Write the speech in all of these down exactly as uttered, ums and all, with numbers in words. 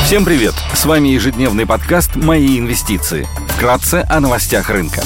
Всем привет! С вами ежедневный подкаст «Мои инвестиции». Вкратце о новостях рынка.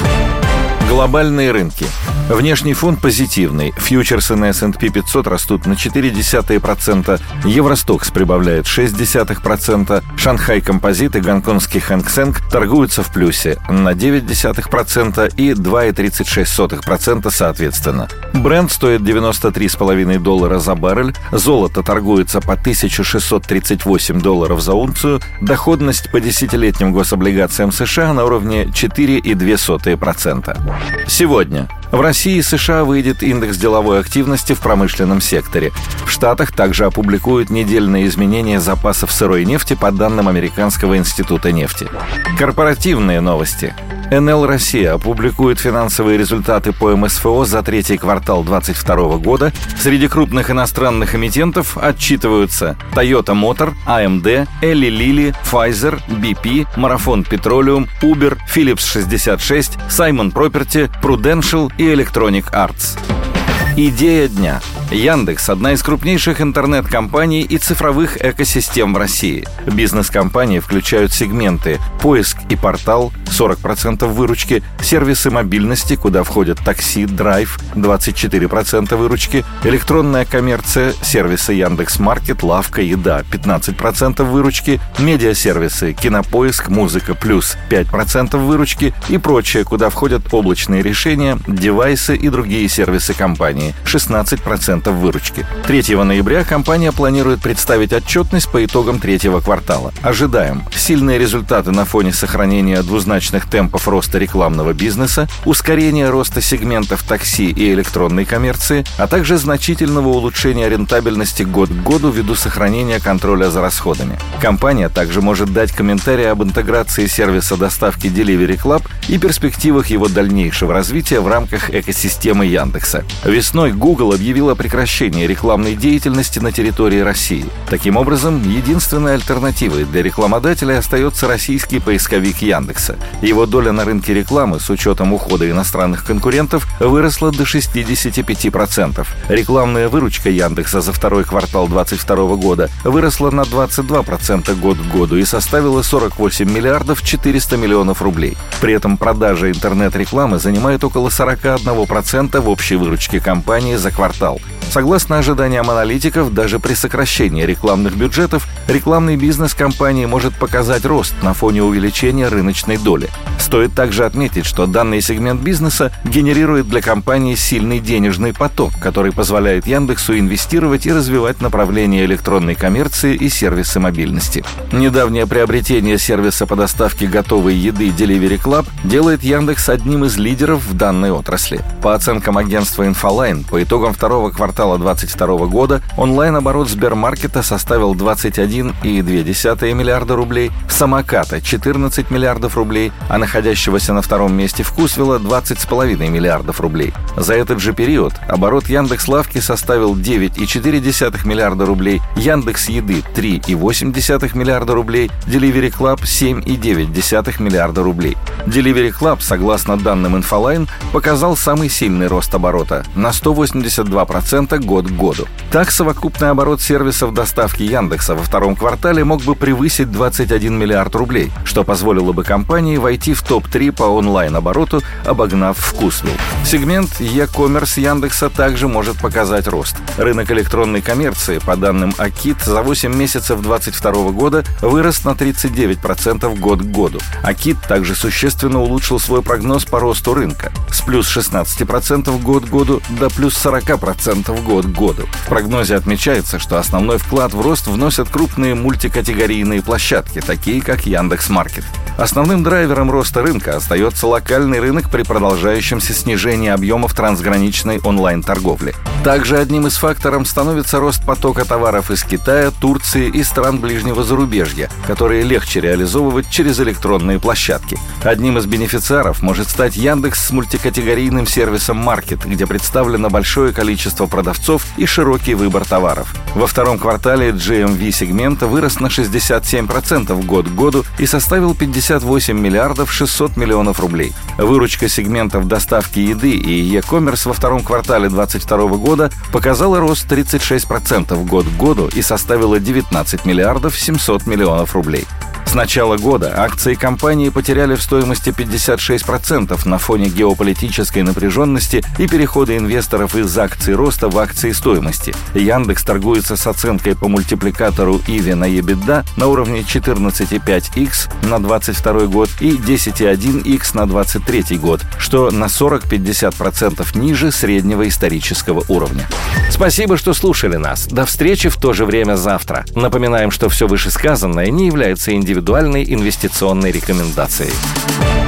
Глобальные рынки. Внешний фон позитивный. Фьючерсы на эс энд пи пятьсот растут на ноль целых четыре десятых процента, Евростокс прибавляет шесть десятых процента, Шанхай Композит и гонконгский Хэнк Сэнк торгуются в плюсе на девять десятых процента и два целых тридцать шесть сотых процента соответственно. Брент стоит девяносто три целых пять десятых доллара за баррель, золото торгуется по тысяча шестьсот тридцать восемь долларов за унцию, доходность по десятилетним гособлигациям США на уровне четыре целых две десятых процента. Сегодня в России и США выйдет индекс деловой активности в промышленном секторе. В Штатах также опубликуют недельные изменения запасов сырой нефти по данным Американского института нефти. Корпоративные новости. эн эл Россия опубликует финансовые результаты по эм эс эф о за третий квартал две тысячи двадцать второго года. Среди крупных иностранных эмитентов отчитываются Toyota Motor, а эм дэ, Eli Lilly, Pfizer, би пи, Marathon Petroleum, Uber, Phillips шестьдесят шесть, Simon Property, Prudential и Electronic Arts. Идея дня. Яндекс – одна из крупнейших интернет-компаний и цифровых экосистем в России. Бизнес-компании включают сегменты «Поиск» и «Портал» – сорок процентов выручки, сервисы мобильности, куда входят такси, драйв – двадцать четыре процента выручки, электронная коммерция, сервисы Яндекс.Маркет, лавка, еда – пятнадцать процентов выручки, медиасервисы, кинопоиск, музыка плюс пять процентов выручки и прочее, куда входят облачные решения, девайсы и другие сервисы компании – шестнадцать процентов выручки. третьего ноября компания планирует представить отчетность по итогам третьего квартала. Ожидаем сильные результаты на фоне сохранения двузначных темпов роста рекламного бизнеса, ускорения роста сегментов такси и электронной коммерции, а также значительного улучшения рентабельности год к году ввиду сохранения контроля за расходами. Компания также может дать комментарии об интеграции сервиса доставки Delivery Club и перспективах его дальнейшего развития в рамках экосистемы Яндекса. Весной Google объявил о прекращении рекламной деятельности на территории России. Таким образом, единственной альтернативой для рекламодателя остается российский поисковик Яндекса. Его доля на рынке рекламы с учетом ухода иностранных конкурентов выросла до шестьдесят пять процентов. Рекламная выручка Яндекса за второй квартал две тысячи двадцать второго года выросла на двадцать два процента год к году и составила сорок восемь миллиардов четыреста миллионов рублей. При этом продажа интернет-рекламы занимает около сорок один процент в общей выручке компании за квартал. Согласно ожиданиям аналитиков, даже при сокращении рекламных бюджетов рекламный бизнес компании может показать рост на фоне увеличения рыночной доли. Стоит также отметить, что данный сегмент бизнеса генерирует для компании сильный денежный поток, который позволяет Яндексу инвестировать и развивать направления электронной коммерции и сервисы мобильности. Недавнее приобретение сервиса по доставке готовой еды Delivery Club делает Яндекс одним из лидеров в данной отрасли. По оценкам агентства Infoline, по итогам второго квартала две тысячи двадцать второго года онлайн-оборот Сбермаркета составил двадцать один целых две десятых миллиарда рублей, Самоката – четырнадцать миллиардов рублей, а находящегося на втором месте Вкусвилла – двадцать целых пять десятых миллиардов рублей. За этот же период оборот Яндекс.Лавки составил девять целых четыре десятых миллиарда рублей, Яндекс.Еды – три целых восемь десятых миллиарда рублей, Delivery Club – семь целых девять десятых миллиарда рублей. Delivery Club, согласно данным Infoline, показал самый сильный рост оборота – на сто восемьдесят два процента год к году. Так, совокупный оборот сервисов доставки Яндекса во втором квартале мог бы превысить двадцать один миллиард рублей, что позволило бы компании войти в топ три по онлайн-обороту, обогнав Вкусвилл. Сегмент e-commerce Яндекса также может показать рост. Рынок электронной коммерции, по данным Акит, за восемь месяцев две тысячи двадцать второго года вырос на тридцать девять процентов год к году. Акит также существенно улучшил свой прогноз по росту рынка с плюс шестнадцать процентов год к году до плюс сорок процентов год к году. В прогнозе отмечается, что основной вклад в рост вносят крупные мультикатегорийные площадки, такие как Яндекс.Маркет. Основным драйвером роста рынка остается локальный рынок при продолжающемся снижении объемов трансграничной онлайн-торговли. Также одним из факторов становится рост потока товаров из Китая, Турции и стран ближнего зарубежья, которые легче реализовывать через электронные площадки. Одним из бенефициаров может стать Яндекс с мультикатегорийным сервисом Маркет, где представлено большое количество продавцов и широкий выбор товаров. Во втором квартале джи эм ви сегмента вырос на шестьдесят семь процентов год к году и составил пятьдесят пятьдесят восемь миллиардов шестьсот миллионов рублей. Выручка сегментов доставки еды и e-commerce во втором квартале две тысячи двадцать второго года показала рост тридцать шесть процентов год к году и составила девятнадцать миллиардов семьсот миллионов рублей. С начала года акции компании потеряли в стоимости пятьдесят шесть процентов на фоне геополитической напряженности и перехода инвесторов из акций роста в акции стоимости. Яндекс торгуется с оценкой по мультипликатору и ви на EBITDA на уровне четырнадцать и пять икс на двадцать второй год и десять и один икс на двадцать третий год, что на сорок-пятьдесят процентов ниже среднего исторического уровня. Спасибо, что слушали нас. До встречи в то же время завтра. Напоминаем, что все вышесказанное не является индивидуальной инвестиционной рекомендацией.